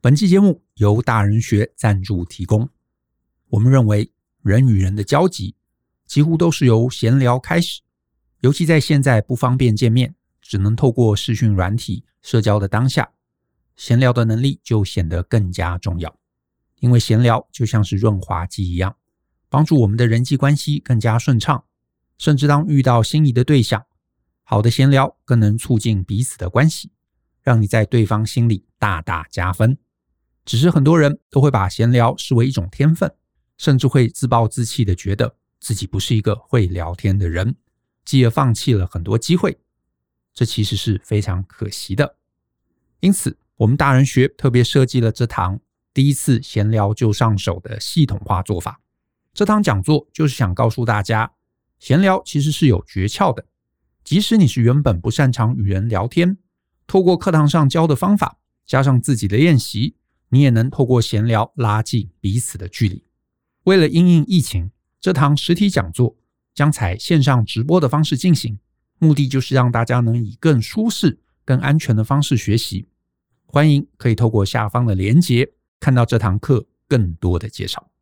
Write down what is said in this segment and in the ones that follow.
本期节目由大人学赞助提供。我们认为人与人的交集几乎都是由闲聊开始，尤其在现在不方便见面，只能透过视讯软体社交的当下，闲聊的能力就显得更加重要。因为闲聊就像是润滑剂一样，帮助我们的人际关系更加顺畅，甚至当遇到心仪的对象，好的闲聊更能促进彼此的关系，让你在对方心里大大加分。只是很多人都会把闲聊视为一种天分，甚至会自暴自弃的觉得自己不是一个会聊天的人，继而放弃了很多机会。这其实是非常可惜的。因此我们大人学特别设计了这堂第一次闲聊就上手的系统化做法。这堂讲座就是想告诉大家，闲聊其实是有诀窍的。即使你是原本不擅长与人聊天，透过课堂上教的方法，加上自己的练习，你也能透过闲聊拉近彼此的距离。为了因应疫情，这堂实体讲座将采线上直播的方式进行，目的就是让大家能以更舒适、更安全的方式学习。欢迎可以透过下方的连结看到这堂课更多的介绍。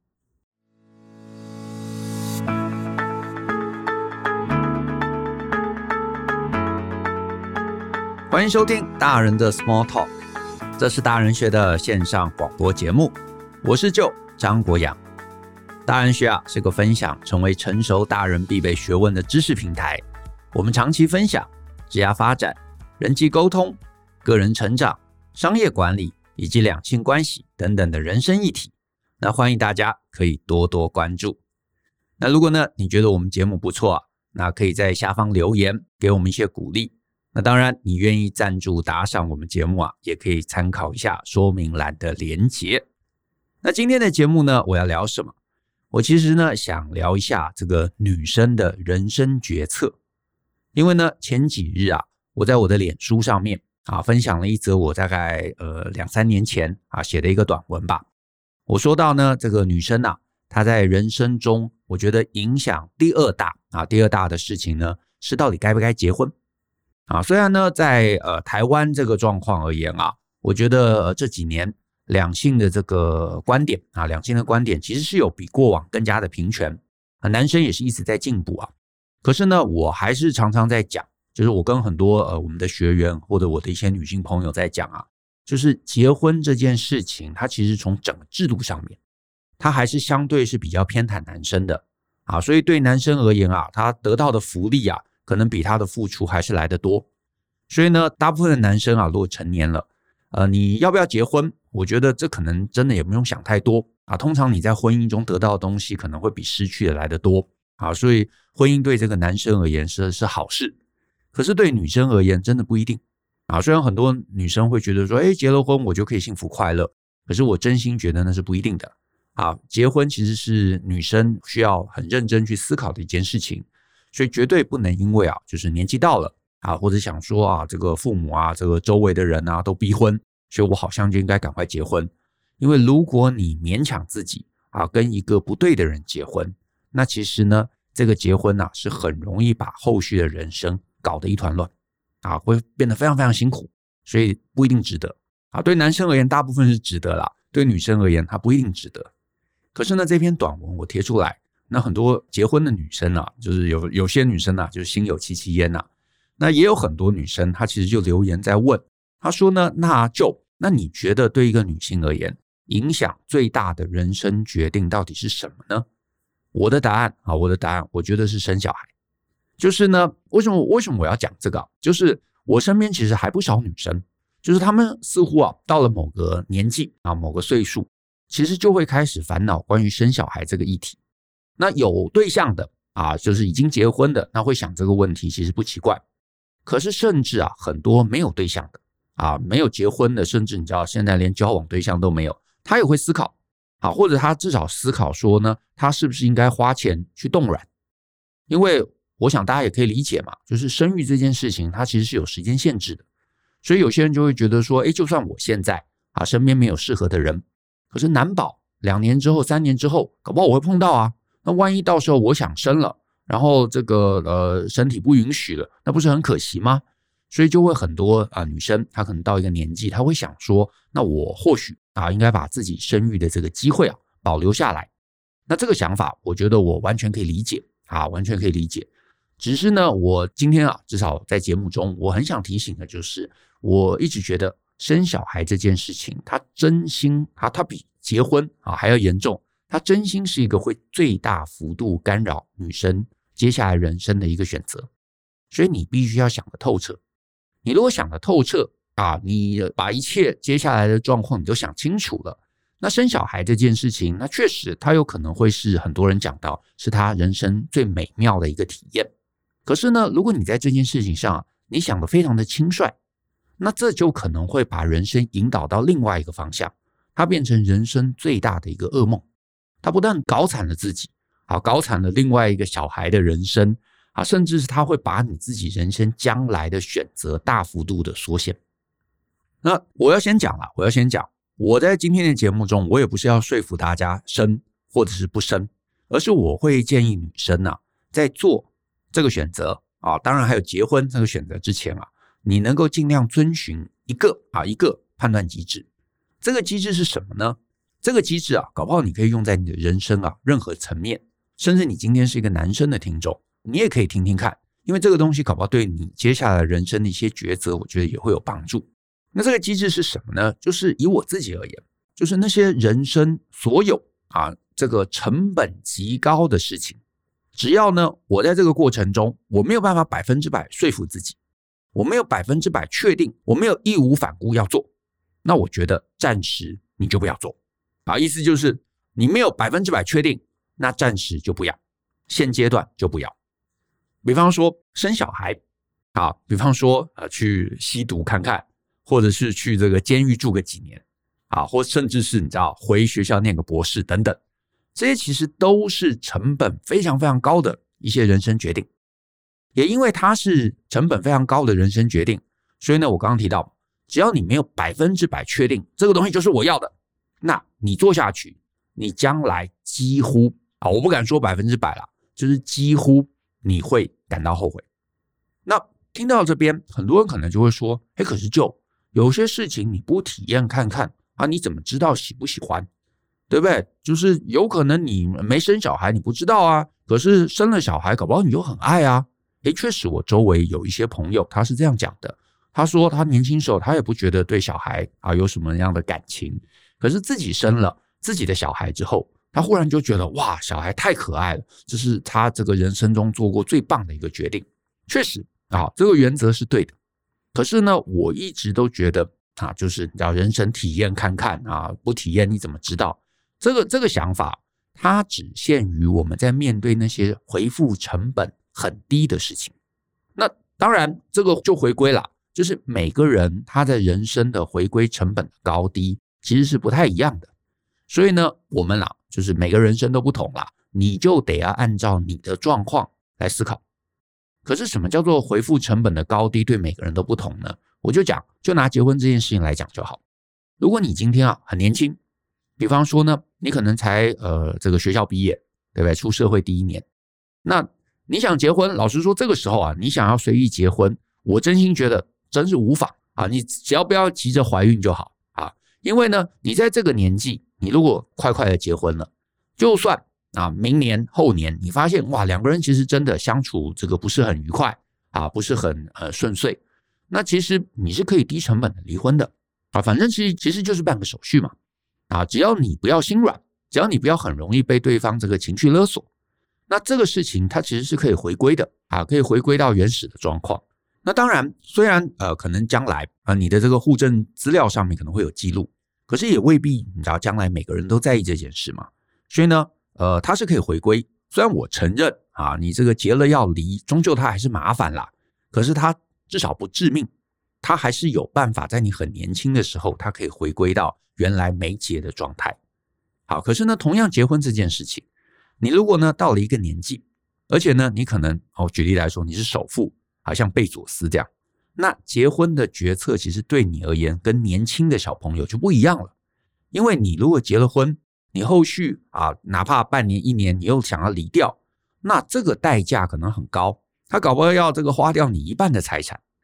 欢迎收听大人的 Small Talk， 这是大人学的线上广播节目，我是舅张国阳。大人学是个分享成为成熟大人必备学问的知识平台，我们长期分享职业发展、人际沟通、个人成长、商业管理以及两性关系等等的人生议题。那欢迎大家可以多多关注。那如果呢你觉得我们节目不错那可以在下方留言给我们一些鼓励。那当然你愿意赞助打赏我们节目也可以参考一下说明栏的连结。那今天的节目呢，我要聊什么？我其实呢想聊一下这个女生的人生决策。因为呢前几日我在我的脸书上面分享了一则我大概2-3年前写的一个短文吧。我说到呢这个女生她在人生中我觉得影响第二大的事情呢是到底该不该结婚。虽然呢在台湾这个状况而言我觉得这几年两性的这个观点两性的观点其实是有比过往更加的平权，男生也是一直在进步可是呢我还是常常在讲，就是我跟很多我们的学员或者我的一些女性朋友在讲就是结婚这件事情它其实从整个制度上面它还是相对是比较偏袒男生的所以对男生而言他得到的福利可能比他的付出还是来得多。所以呢大部分的男生如果成年了你要不要结婚，我觉得这可能真的也不用想太多通常你在婚姻中得到的东西可能会比失去的来得多所以婚姻对这个男生而言是好事。可是对女生而言真的不一定虽然很多女生会觉得说结了婚我就可以幸福快乐，可是我真心觉得那是不一定的结婚其实是女生需要很认真去思考的一件事情，所以绝对不能因为就是年纪到了或者想说这个父母这个周围的人都逼婚，所以我好像就应该赶快结婚。因为如果你勉强自己跟一个不对的人结婚，那其实呢这个结婚是很容易把后续的人生搞得一团乱会变得非常非常辛苦，所以不一定值得对男生而言大部分是值得啦，对女生而言它不一定值得。可是呢这篇短文我贴出来，那很多结婚的女生就是有些女生就是心有戚戚焉那也有很多女生她其实就留言在问，她说呢那你觉得对一个女性而言影响最大的人生决定到底是什么呢？我的答案我觉得是生小孩。就是呢为什么我要讲这个就是我身边其实还不少女生，就是她们似乎到了某个年纪某个岁数，其实就会开始烦恼关于生小孩这个议题。那有对象的就是已经结婚的，那会想这个问题其实不奇怪。可是甚至很多没有对象的没有结婚的，甚至你知道现在连交往对象都没有，他也会思考或者他至少思考说呢他是不是应该花钱去冻卵。因为我想大家也可以理解嘛，就是生育这件事情它其实是有时间限制的，所以有些人就会觉得说就算我现在身边没有适合的人，可是难保2年之后3年之后搞不好我会碰到那万一到时候我想生了，然后这个身体不允许了，那不是很可惜吗？ 所以就会很多女生她可能到一个年纪，她会想说，那我或许应该把自己生育的这个机会保留下来。那这个想法我觉得我完全可以理解完全可以理解。只是呢，我今天至少在节目中我很想提醒的就是，我一直觉得生小孩这件事情，它真心它比结婚还要严重，它真心是一个会最大幅度干扰女生接下来人生的一个选择。所以你必须要想得透彻。你如果想得透彻你把一切接下来的状况你都想清楚了，那生小孩这件事情，那确实它有可能会是很多人讲到是他人生最美妙的一个体验。可是呢，如果你在这件事情上你想得非常的轻率，那这就可能会把人生引导到另外一个方向，它变成人生最大的一个噩梦。它不但搞惨了自己搞惨了另外一个小孩的人生甚至是它会把你自己人生将来的选择大幅度的缩限。那我要先讲，我在今天的节目中，我也不是要说服大家生或者是不生，而是我会建议女生在做这个选择当然还有结婚这个选择之前你能够尽量遵循一个判断机制。这个机制是什么呢？这个机制搞不好你可以用在你的人生任何层面，甚至你今天是一个男生的听众，你也可以听听看，因为这个东西搞不好对你接下来人生的一些抉择，我觉得也会有帮助。那这个机制是什么呢？就是以我自己而言，就是那些人生所有这个成本极高的事情，只要呢我在这个过程中我没有办法100%说服自己，我没有100%确定，我没有义无反顾要做，那我觉得暂时你就不要做意思就是你没有100%确定，那暂时就不要，现阶段就不要。比方说生小孩比方说去吸毒看看，或者是去这个监狱住个几年或甚至是你知道回学校念个博士等等，这些其实都是成本非常非常高的一些人生决定。也因为它是成本非常高的人生决定，所以呢我刚刚提到，只要你没有100%确定这个东西就是我要的，那你做下去，你将来几乎我不敢说100%啦，就是几乎你会感到后悔。那听到这边，很多人可能就会说，可是就有些事情你不体验看看你怎么知道喜不喜欢？对不对？就是有可能你没生小孩你不知道可是生了小孩搞不好你就很爱确实我周围有一些朋友他是这样讲的，他说他年轻时候他也不觉得对小孩有什么样的感情，可是自己生了自己的小孩之后，他忽然就觉得哇，小孩太可爱了，这是他这个人生中做过最棒的一个决定。确实这个原则是对的。可是呢，我一直都觉得就是你知道人生体验看看不体验你怎么知道？这个想法，它只限于我们在面对那些回复成本很低的事情。那当然，这个就回归了，就是每个人他在人生的回归成本的高低其实是不太一样的。所以呢，我们就是每个人生都不同你就得要按照你的状况来思考。可是什么叫做回复成本的高低对每个人都不同呢？我就拿结婚这件事情来讲就好。如果你今天很年轻，比方说呢，你可能才这个学校毕业，对不对？出社会第1年，那你想结婚，老实说这个时候你想要随意结婚，我真心觉得真是无妨你只要不要急着怀孕就好因为呢，你在这个年纪，你如果快的结婚了，就算明年后年你发现哇，两个人其实真的相处这个不是很愉快不是很顺遂，那其实你是可以低成本的离婚的反正其实就是办个手续嘛只要你不要心软，只要你不要很容易被对方这个情绪勒索，那这个事情它其实是可以回归的可以回归到原始的状况。那当然虽然可能将来你的这个户政资料上面可能会有记录，可是也未必你知道将来每个人都在意这件事嘛。所以呢它是可以回归。虽然我承认你这个结了要离，终究它还是麻烦啦，可是它至少不致命，它还是有办法在你很年轻的时候，它可以回归到原来没结的状态。好，可是呢，同样结婚这件事情，你如果呢到了一个年纪，而且呢你可能举例来说你是首富，好像贝佐斯这样，那结婚的决策其实对你而言跟年轻的小朋友就不一样了。因为你如果结了婚，你后续哪怕半年1年你又想要离掉，那这个代价可能很高，他搞不好要这个花掉你1半的财产。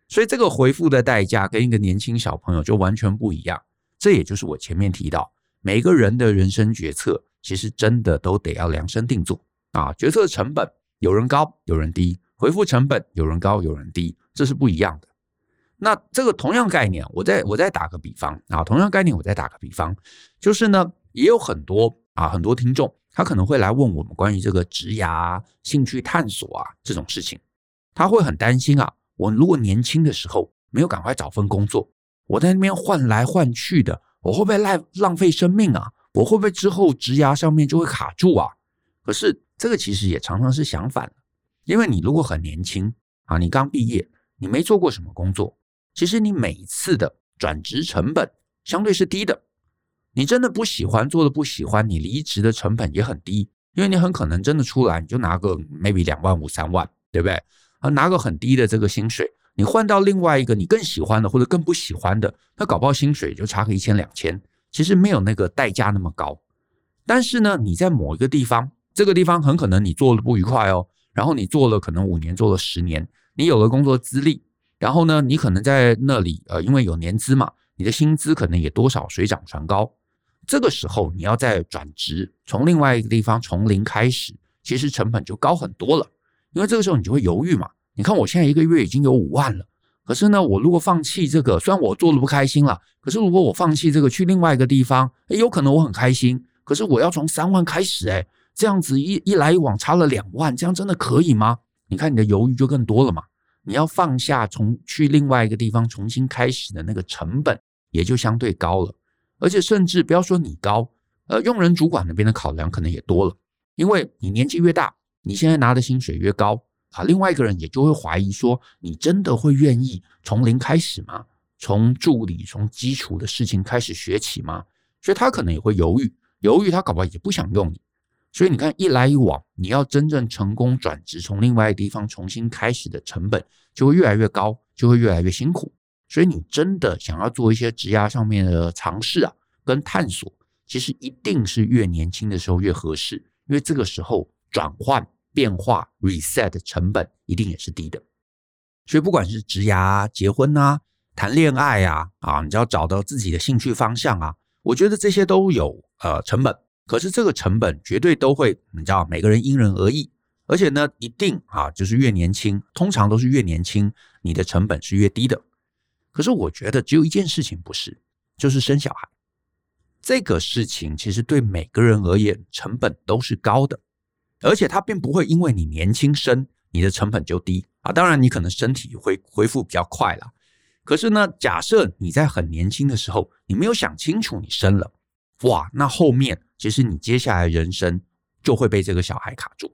所以这个回复的代价跟一个年轻小朋友就完全不一样。这也就是我前面提到，每个人的人生决策其实真的都得要量身定做啊。决策成本有人高有人低，回复成本有人高有人低，这是不一样的。那这个同样概念，我再打个比方啊，同样概念我再打个比方，就是呢，也有很多听众，他可能会来问我们关于这个职涯、兴趣探索这种事情，他会很担心我如果年轻的时候没有赶快找份工作，我在那边换来换去的，我会不会浪费生命我会不会之后职涯上面就会卡住可是这个其实也常常是相反的，因为你如果很年轻你刚毕业，你没做过什么工作，其实你每一次的转职成本相对是低的。你真的不喜欢做的不喜欢，你离职的成本也很低，因为你很可能真的出来你就拿个 maybe 2万5、3万，对不对？拿个很低的这个薪水，你换到另外一个你更喜欢的或者更不喜欢的，那搞不好薪水就差个1000、2000，其实没有那个代价那么高。但是呢，你在某一个地方，这个地方很可能你做的不愉快然后你做了可能5年，做了10年，你有了工作资历，然后呢，你可能在那里因为有年资嘛，你的薪资可能也多少水涨船高。这个时候你要再转职，从另外一个地方从零开始，其实成本就高很多了。因为这个时候你就会犹豫嘛，你看我现在1个月已经有5万了，可是呢，我如果放弃这个，虽然我做的不开心了，可是如果我放弃这个去另外一个地方，有可能我很开心，可是我要从3万开始这样子一来一往差了2万，这样真的可以吗？你看你的犹豫就更多了嘛，你要放下去另外一个地方重新开始的那个成本也就相对高了。而且甚至不要说你高，用人主管那边的考量可能也多了，因为你年纪越大，你现在拿的薪水越高另外一个人也就会怀疑说，你真的会愿意从零开始吗？从助理从基础的事情开始学起吗？所以他可能也会犹豫他搞不好也不想用你。所以你看一来一往，你要真正成功转职从另外一个地方重新开始的成本就会越来越高，就会越来越辛苦。所以你真的想要做一些职涯上面的尝试跟探索，其实一定是越年轻的时候越合适，因为这个时候转换变化 reset 的成本一定也是低的。所以不管是职涯结婚谈恋爱你要找到自己的兴趣方向我觉得这些都有成本，可是这个成本绝对都会你知道每个人因人而异，而且呢一定就是越年轻，通常都是越年轻你的成本是越低的。可是我觉得只有一件事情不是，就是生小孩。这个事情其实对每个人而言成本都是高的，而且它并不会因为你年轻生你的成本就低当然你可能身体会恢复比较快啦，可是呢假设你在很年轻的时候你没有想清楚你生了，哇，那后面其实你接下来人生就会被这个小孩卡住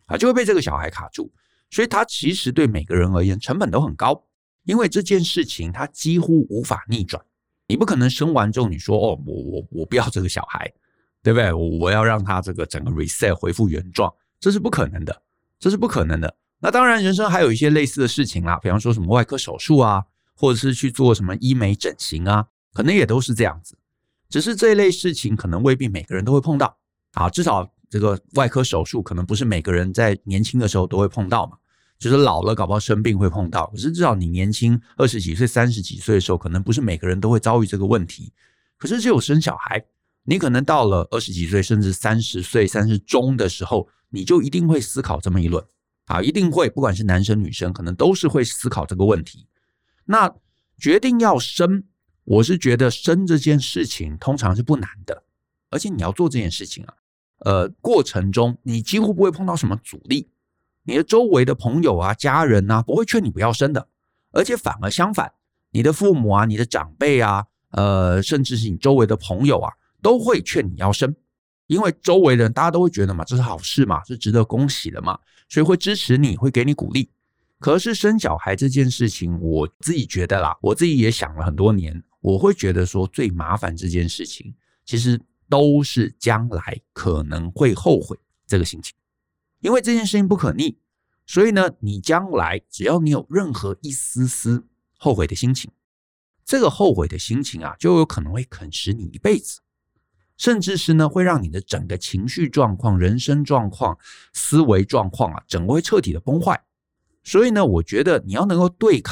所以它其实对每个人而言成本都很高，因为这件事情它几乎无法逆转。你不可能生完之后你说我不要这个小孩，对不对？我要让他这个整个 reset 恢复原状，这是不可能的。那当然人生还有一些类似的事情啦，比方说什么外科手术或者是去做什么医美整形可能也都是这样子。只是这一类事情可能未必每个人都会碰到至少这个外科手术可能不是每个人在年轻的时候都会碰到嘛，就是老了搞不好生病会碰到，可是至少你年轻20几岁30几岁的时候，可能不是每个人都会遭遇这个问题。可是只有生小孩，你可能到了20几岁甚至30岁30中的时候，你就一定会思考这么一轮一定会，不管是男生女生可能都是会思考这个问题。那决定要生，我是觉得生这件事情通常是不难的，而且你要做这件事情过程中你几乎不会碰到什么阻力，你的周围的朋友家人不会劝你不要生的，而且反而相反，你的父母你的长辈甚至是你周围的朋友都会劝你要生，因为周围的人大家都会觉得嘛，这是好事嘛，是值得恭喜的嘛，所以会支持你，会给你鼓励。可是生小孩这件事情，我自己觉得我自己也想了很多年，我会觉得说最麻烦这件事情其实都是将来可能会后悔这个心情，因为这件事情不可逆，所以呢你将来只要你有任何一丝丝后悔的心情，这个后悔的心情就有可能会啃食你一辈子，甚至是呢会让你的整个情绪状况、人生状况、思维状况整个会彻底的崩坏。所以呢我觉得你要能够对抗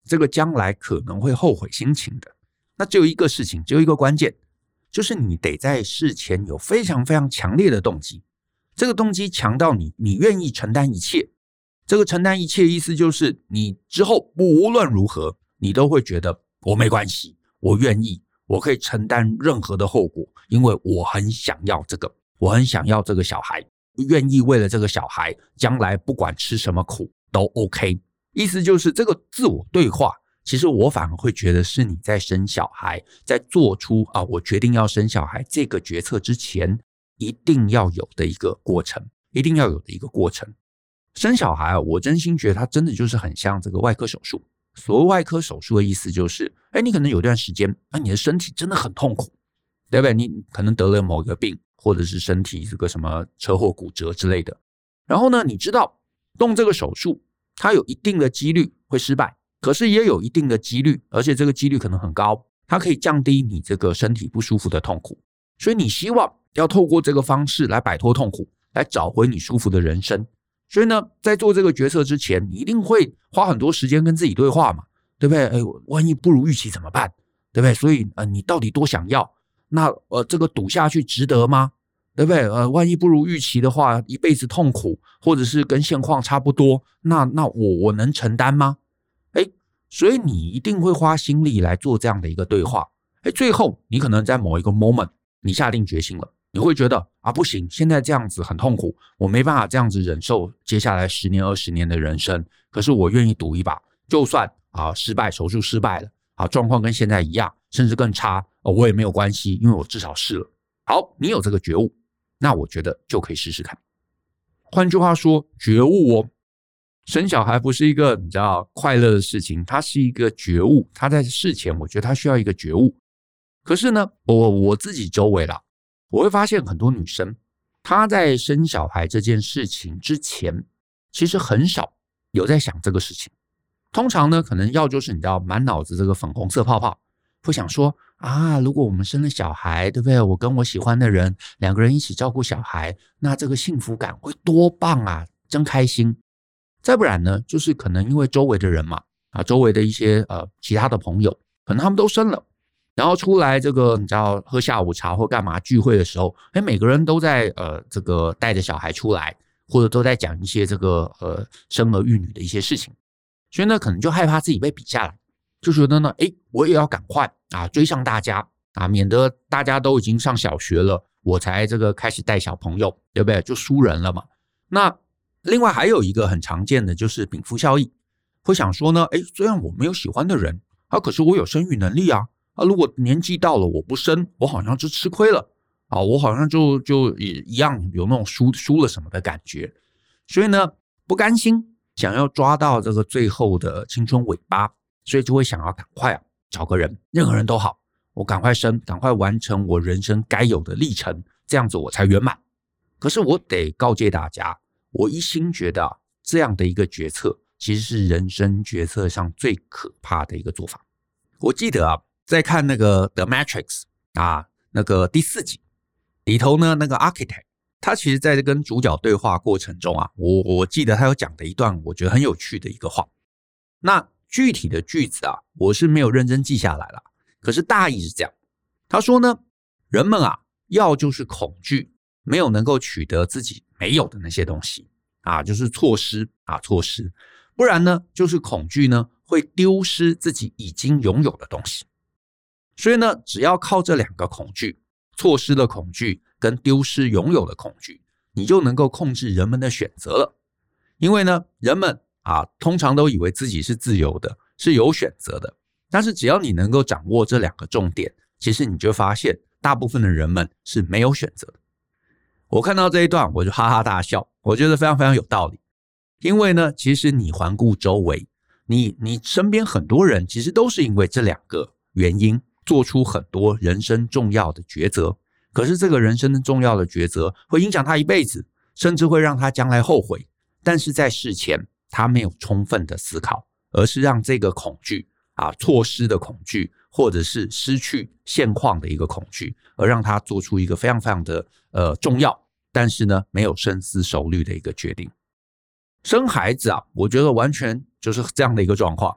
这个将来可能会后悔心情的。那只有一个事情，只有一个关键，就是你得在事前有非常非常强烈的动机，这个动机强到你愿意承担一切。这个承担一切意思就是你之后无论如何你都会觉得我没关系，我愿意，我可以承担任何的后果，因为我很想要这个，我很想要这个小孩，愿意为了这个小孩将来不管吃什么苦都 OK。 意思就是这个自我对话，其实我反而会觉得是你在生小孩，在做出我决定要生小孩这个决策之前一定要有的一个过程，一定要有的一个过程。生小孩我真心觉得它真的就是很像这个外科手术。所谓外科手术的意思就是你可能有段时间你的身体真的很痛苦，对不对？你可能得了某一个病，或者是身体这个什么车祸骨折之类的，然后呢你知道动这个手术它有一定的几率会失败，可是也有一定的几率，而且这个几率可能很高，它可以降低你这个身体不舒服的痛苦。所以你希望要透过这个方式来摆脱痛苦，来找回你舒服的人生。所以呢在做这个决策之前，你一定会花很多时间跟自己对话嘛，对不对？万一不如预期怎么办，对不对？所以你到底多想要，那这个赌下去值得吗？对不对？万一不如预期的话，一辈子痛苦，或者是跟现况差不多，那我能承担吗？所以你一定会花心力来做这样的一个对话。最后你可能在某一个 moment 你下定决心了，你会觉得不行，现在这样子很痛苦，我没办法这样子忍受接下来10年20年的人生，可是我愿意赌一把，就算失败，手术失败了状况跟现在一样甚至更差我也没有关系，因为我至少试了。好，你有这个觉悟，那我觉得就可以试试看。换句话说，觉悟生小孩不是一个你知道快乐的事情，它是一个觉悟，它在事前我觉得它需要一个觉悟。可是呢我自己周围啦，我会发现很多女生她在生小孩这件事情之前其实很少有在想这个事情。通常呢可能要就是你知道满脑子这个粉红色泡泡，会想说如果我们生了小孩，对不对？我跟我喜欢的人2个人一起照顾小孩，那这个幸福感会多棒啊，真开心。再不然呢就是可能因为周围的人嘛周围的一些其他的朋友可能他们都生了，然后出来这个你知道喝下午茶或干嘛聚会的时候每个人都在这个带着小孩出来，或者都在讲一些这个生儿育女的一些事情，所以呢可能就害怕自己被比下来，就觉得呢我也要赶快追上大家免得大家都已经上小学了，我才这个开始带小朋友，对不对？就输人了嘛。那另外还有一个很常见的就是禀赋效应，会想说呢虽然我没有喜欢的人可是我有生育能力如果年纪到了我不生，我好像就吃亏了我好像就也一样有那种输了什么的感觉。所以呢不甘心，想要抓到这个最后的青春尾巴，所以就会想要赶快找个人，任何人都好，我赶快生，赶快完成我人生该有的历程，这样子我才圆满。可是我得告诫大家，我一心觉得这样的一个决策其实是人生决策上最可怕的一个做法。我记得在看那个 The Matrix 那个第4集里头呢，那个 Architect 他其实在跟主角对话过程中我记得他有讲的一段我觉得很有趣的一个话。那具体的句子我是没有认真记下来了，可是大意是这样。他说呢，人们要就是恐惧没有能够取得自己没有的那些东西就是错失，不然呢就是恐惧呢会丢失自己已经拥有的东西。所以呢只要靠这2个恐惧，错失的恐惧跟丢失拥有的恐惧，你就能够控制人们的选择了。因为呢人们通常都以为自己是自由的，是有选择的，但是只要你能够掌握这2个重点，其实你就发现大部分的人们是没有选择的。我看到这一段我就哈哈大笑，我觉得非常非常有道理。因为呢其实你环顾周围，你身边很多人其实都是因为这2个原因做出很多人生重要的抉择，可是这个人生的重要的抉择会影响他一辈子，甚至会让他将来后悔，但是在事前他没有充分的思考，而是让这个恐惧错失的恐惧，或者是失去现况的一个恐惧，而让他做出一个非常非常的重要，但是呢没有深思熟虑的一个决定。生孩子我觉得完全就是这样的一个状况。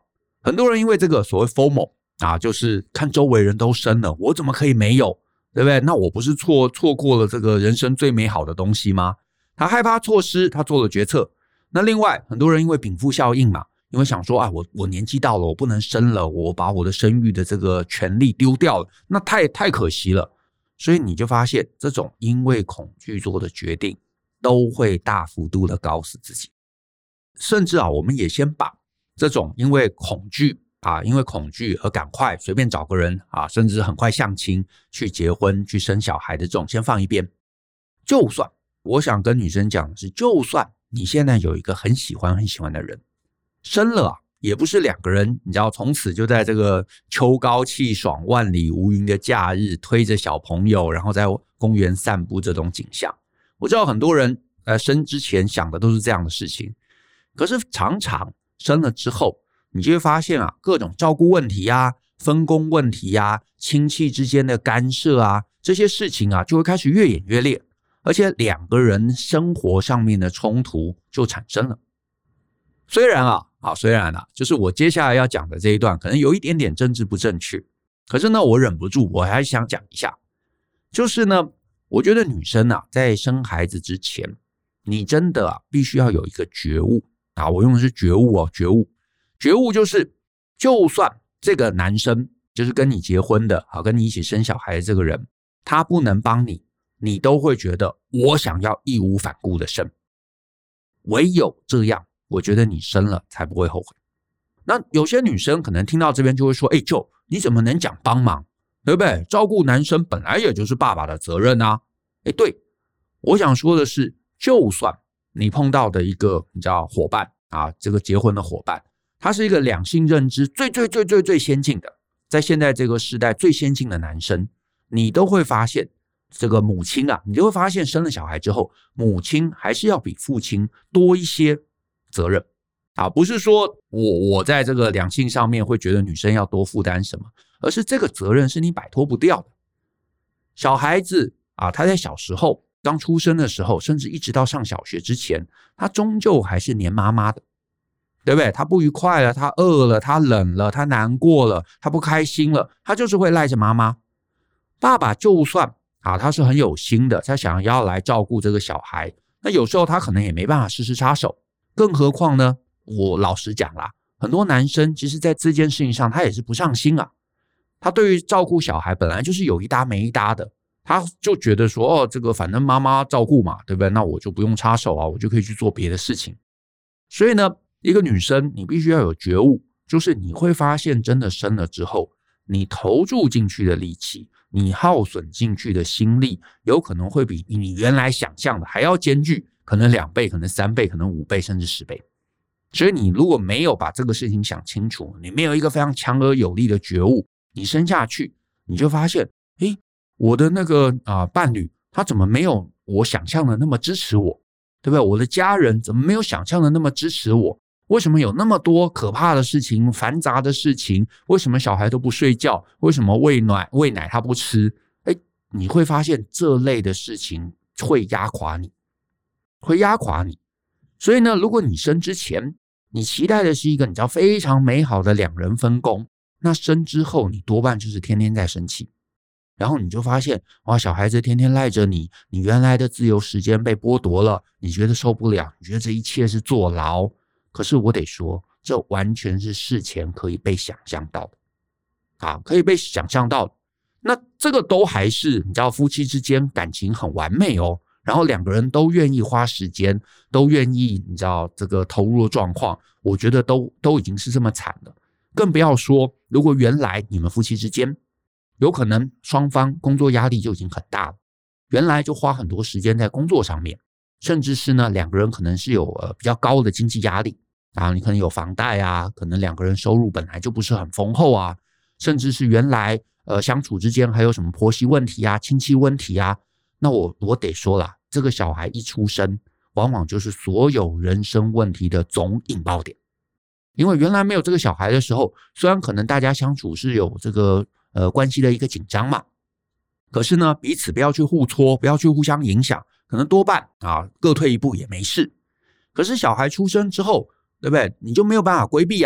很多人因为这个所谓 FOMO 啊，就是看周围人都生了，我怎么可以没有，对不对？那我不是错过了这个人生最美好的东西吗？他害怕错失，他做了决策。那另外很多人因为禀赋效应嘛，因为想说啊，我年纪到了，我不能生了，我把我的生育的这个权利丢掉了，那太可惜了。所以你就发现这种因为恐惧做的决定都会大幅度的搞死自己。甚至啊，我们也先把这种因为恐惧而赶快随便找个人啊，甚至很快相亲去结婚去生小孩的这种先放一边。就算我想跟女生讲的是，就算你现在有一个很喜欢的人，生了啊，也不是两个人你知道从此就在这个秋高气爽万里无云的假日推着小朋友然后在公园散步这种景象。我知道很多人生之前想的都是这样的事情，可是常常生了之后，你就会发现啊，各种照顾问题啊、分工问题啊、亲戚之间的干涉啊，这些事情啊就会开始越演越烈，而且两个人生活上面的冲突就产生了。虽然啊，就是我接下来要讲的这一段可能有一点点政治不正确，可是呢，我忍不住，我还想讲一下。就是呢，我觉得女生啊，在生孩子之前，你真的啊，必须要有一个觉悟啊，我用的是觉悟哦，觉悟就是，就算这个男生就是跟你结婚的啊，跟你一起生小孩的这个人，他不能帮你，你都会觉得我想要义无反顾的生。唯有这样，我觉得你生了才不会后悔。那有些女生可能听到这边就会说，就你怎么能讲帮忙，对不对？照顾男生本来也就是爸爸的责任啊。对，我想说的是，就算你碰到的一个你知道伙伴啊，这个结婚的伙伴，他是一个两性认知最先进的，在现在这个时代最先进的男生，你都会发现这个母亲啊，你就会发现生了小孩之后，母亲还是要比父亲多一些责任啊，不是说我在这个两性上面会觉得女生要多负担什么，而是这个责任是你摆脱不掉的。小孩子啊，他在小时候刚出生的时候，甚至一直到上小学之前，他终究还是黏妈妈的，对不对？他不愉快了，他饿了，他冷了，他难过了，他不开心了，他就是会赖着妈妈。爸爸就算啊，他是很有心的，他想要来照顾这个小孩，那有时候他可能也没办法时时插手。更何况呢，我老实讲啦，很多男生其实在这件事情上他也是不上心啊。他对于照顾小孩本来就是有一搭没一搭的，他就觉得说这个反正妈妈照顾嘛，对不对？那我就不用插手啊，我就可以去做别的事情。所以呢，一个女生你必须要有觉悟，就是你会发现真的生了之后，你投注进去的力气，你耗损进去的心力，有可能会比你原来想象的还要艰巨，可能2倍，可能3倍，可能5倍，甚至10倍。所以你如果没有把这个事情想清楚，你没有一个非常强而有力的觉悟，你生下去你就发现我的那个伴侣他怎么没有我想象的那么支持我，对不对？我的家人怎么没有想象的那么支持我？为什么有那么多可怕的事情，繁杂的事情？为什么小孩都不睡觉？为什么喂奶他不吃？你会发现这类的事情会压垮你。所以呢，如果你生之前你期待的是一个你知道非常美好的两人分工，那生之后你多半就是天天在生气，然后你就发现哇，小孩子天天赖着你，你原来的自由时间被剥夺了，你觉得受不了，你觉得这一切是坐牢。可是我得说，这完全是事前可以被想象到的可以被想象到的。那这个都还是你知道夫妻之间感情很完美哦，然后两个人都愿意花时间，都愿意你知道这个投入的状况，我觉得都已经是这么惨了。更不要说如果原来你们夫妻之间有可能双方工作压力就已经很大了，原来就花很多时间在工作上面，甚至是呢两个人可能是有比较高的经济压力你可能有房贷啊，可能两个人收入本来就不是很丰厚啊，甚至是原来相处之间还有什么婆媳问题啊、亲戚问题啊。那我得说啦，这个小孩一出生往往就是所有人生问题的总引爆点。因为原来没有这个小孩的时候，虽然可能大家相处是有这个关系的一个紧张嘛，可是呢彼此不要去互戳，不要去互相影响，可能多半各退一步也没事。可是小孩出生之后，对不对？你就没有办法规避啊。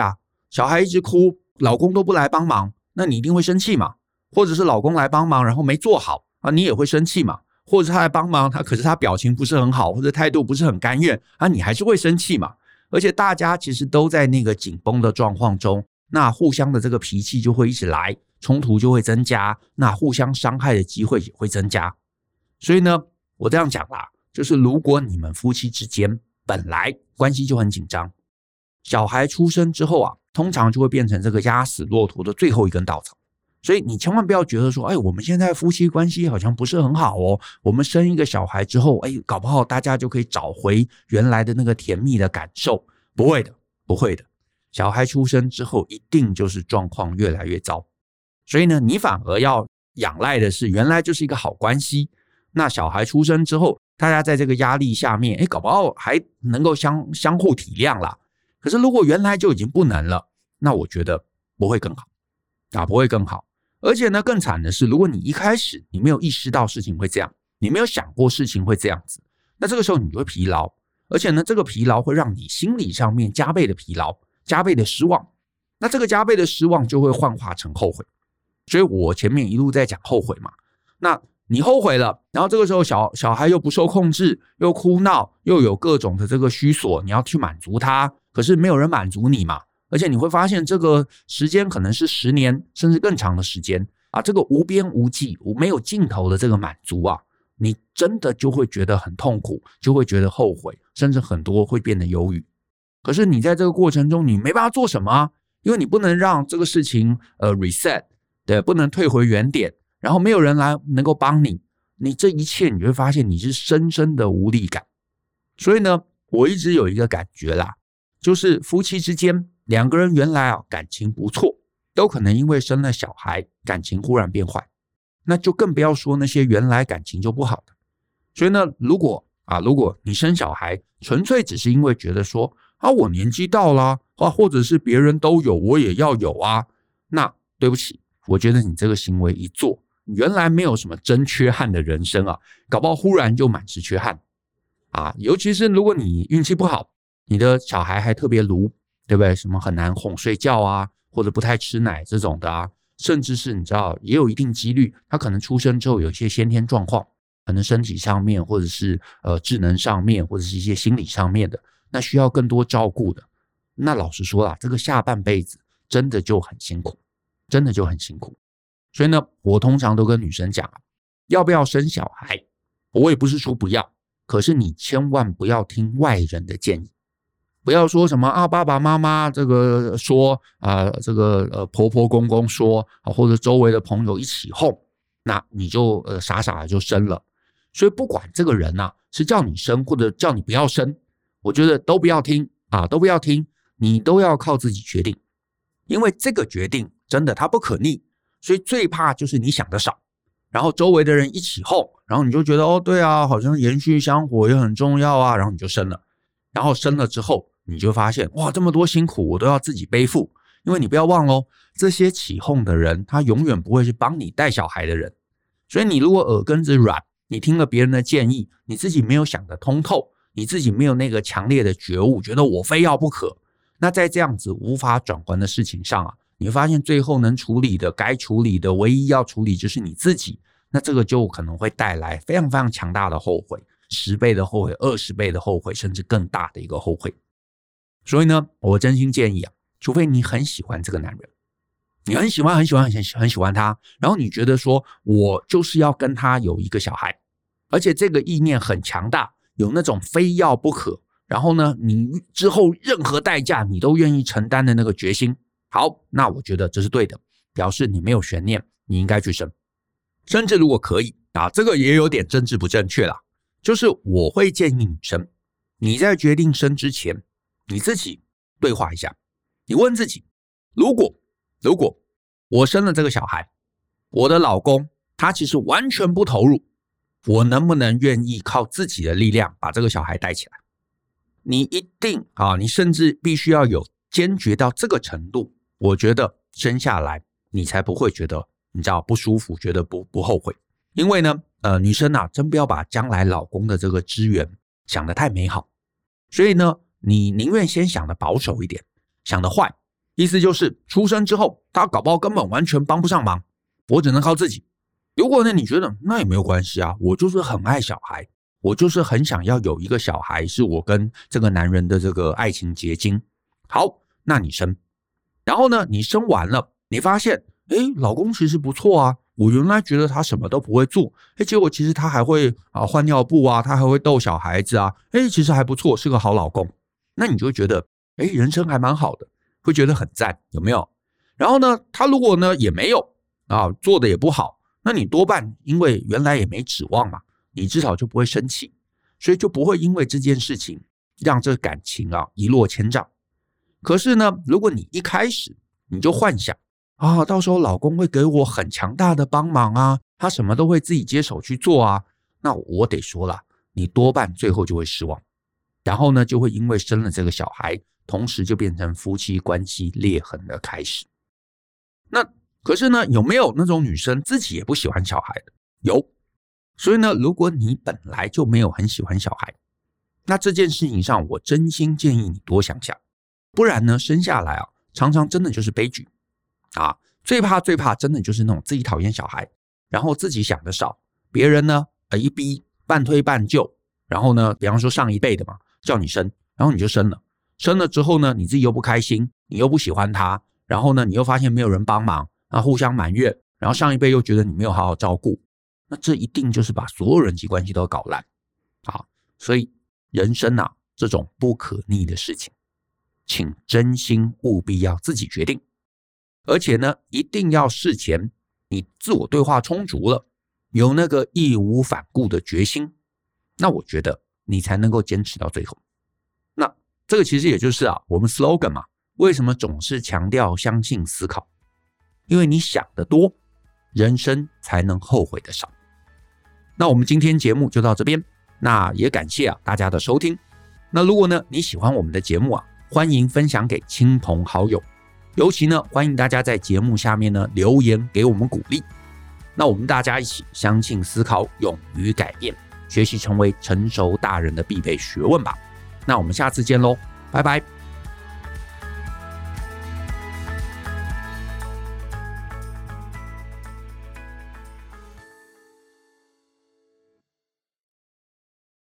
小孩一直哭，老公都不来帮忙，那你一定会生气嘛？或者是老公来帮忙然后没做好啊，你也会生气嘛？或者是他来帮忙，可是他表情不是很好，或者态度不是很甘愿啊，你还是会生气嘛？而且大家其实都在那个紧绷的状况中，那互相的这个脾气就会一直来，冲突就会增加，那互相伤害的机会也会增加。所以呢，我这样讲啦，就是如果你们夫妻之间本来关系就很紧张，小孩出生之后啊，通常就会变成这个压死骆驼的最后一根稻草。所以你千万不要觉得说，我们现在夫妻关系好像不是很好哦，我们生一个小孩之后，搞不好大家就可以找回原来的那个甜蜜的感受。不会的，不会的，小孩出生之后一定就是状况越来越糟。所以呢，你反而要仰赖的是原来就是一个好关系，那小孩出生之后，大家在这个压力下面，搞不好还能够相互体谅啦。可是如果原来就已经不能了，那我觉得不会更好啊，不会更好。而且呢，更惨的是，如果你一开始你没有意识到事情会这样，你没有想过事情会这样子，那这个时候你就会疲劳，而且呢，这个疲劳会让你心理上面加倍的疲劳，加倍的失望。那这个加倍的失望就会幻化成后悔。所以我前面一路在讲后悔嘛，那你后悔了，然后这个时候小孩又不受控制，又哭闹，又有各种的这个需索，你要去满足他，可是没有人满足你嘛。而且你会发现这个时间可能是10年甚至更长的时间啊，这个无边无际没有尽头的这个满足啊，你真的就会觉得很痛苦，就会觉得后悔，甚至很多会变得忧郁。可是你在这个过程中你没办法做什么啊，因为你不能让这个事情reset， 对，不能退回原点，然后没有人来能够帮你，你这一切你会发现你是深深的无力感。所以呢，我一直有一个感觉啦，就是夫妻之间两个人原来感情不错，都可能因为生了小孩感情忽然变坏，那就更不要说那些原来感情就不好的。所以呢，如果你生小孩纯粹只是因为觉得说我年纪到了或者是别人都有我也要有啊，那对不起，我觉得你这个行为一做，原来没有什么真缺憾的人生搞不好忽然就满是缺憾尤其是如果你运气不好，你的小孩还特别鲁，对不对？什么很难哄睡觉或者不太吃奶这种的甚至是你知道也有一定几率他可能出生之后有一些先天状况，可能身体上面或者是智能上面或者是一些心理上面的，那需要更多照顾的。那老实说这个下半辈子真的就很辛苦，真的就很辛苦。所以呢，我通常都跟女生讲要不要生小孩，我也不是说不要，可是你千万不要听外人的建议。不要说什么爸爸妈妈这个说这个婆婆公公说或者周围的朋友一起哄，那你就傻傻的就生了。所以不管这个人是叫你生或者叫你不要生，我觉得都不要听都不要听，你都要靠自己决定。因为这个决定真的它不可逆，所以最怕就是你想的少，然后周围的人一起哄，然后你就觉得对好像延续香火也很重要然后你就生了。然后生了之后你就发现这么多辛苦我都要自己背负。因为你不要忘咯，这些起哄的人他永远不会是帮你带小孩的人。所以你如果耳根子软，你听了别人的建议，你自己没有想得通透，你自己没有那个强烈的觉悟，觉得我非要不可，那在这样子无法转换的事情上你会发现最后能处理的该处理的唯一要处理就是你自己，那这个就可能会带来非常非常强大的后悔，10倍的后悔，20倍的后悔，甚至更大的一个后悔。所以呢，我真心建议除非你很喜欢这个男人，你很喜欢他，然后你觉得说我就是要跟他有一个小孩，而且这个意念很强大，有那种非要不可，然后呢你之后任何代价你都愿意承担的那个决心，好，那我觉得这是对的，表示你没有悬念，你应该去生。甚至如果可以这个也有点政治不正确啦，就是我会建议女生，你在决定生之前，你自己对话一下，你问自己，如果我生了这个小孩，我的老公他其实完全不投入，我能不能愿意靠自己的力量把这个小孩带起来？你一定你甚至必须要有坚决到这个程度，我觉得生下来你才不会觉得你知道不舒服，觉得不后悔。因为呢女生真不要把将来老公的这个资源想得太美好，所以呢你宁愿先想得保守一点，想得坏， 意思就是出生之后他搞不好根本完全帮不上忙，我只能靠自己。如果呢你觉得那也没有关系啊，我就是很爱小孩，我就是很想要有一个小孩是我跟这个男人的这个爱情结晶，好，那你生。然后呢你生完了，你发现老公其实不错啊，我原来觉得他什么都不会做，结果其实他还会换尿布啊，他还会逗小孩子啊，其实还不错，是个好老公。那你就会觉得人生还蛮好的，会觉得很赞，有没有？然后呢他如果呢也没有做的也不好，那你多半因为原来也没指望嘛，你至少就不会生气，所以就不会因为这件事情让这个感情一落千丈。可是呢如果你一开始你就幻想到时候老公会给我很强大的帮忙啊，他什么都会自己接手去做啊，那我得说了，你多半最后就会失望，然后呢就会因为生了这个小孩，同时就变成夫妻关系裂痕的开始。那可是呢有没有那种女生自己也不喜欢小孩的？有。所以呢如果你本来就没有很喜欢小孩，那这件事情上我真心建议你多想想，不然呢生下来常常真的就是悲剧最怕真的就是那种自己讨厌小孩，然后自己想的少，别人呢一逼半推半就，然后呢比方说上一辈的嘛叫你生，然后你就生了，生了之后呢你自己又不开心，你又不喜欢他，然后呢你又发现没有人帮忙，互相埋怨，然后上一辈又觉得你没有好好照顾，那这一定就是把所有人际关系都搞烂所以人生这种不可逆的事情，请真心务必要自己决定，而且呢一定要事前你自我对话充足了，有那个义无反顾的决心，那我觉得你才能够坚持到最后。那这个其实也就是我们 slogan 嘛，为什么总是强调相信思考？因为你想得多，人生才能后悔的少。那我们今天节目就到这边，那也感谢大家的收听。那如果呢你喜欢我们的节目欢迎分享给亲朋好友，尤其呢欢迎大家在节目下面呢留言给我们鼓励。那我们大家一起相信思考，勇于改变，学习成为成熟大人的必备学问吧。那我们下次见咯，拜拜。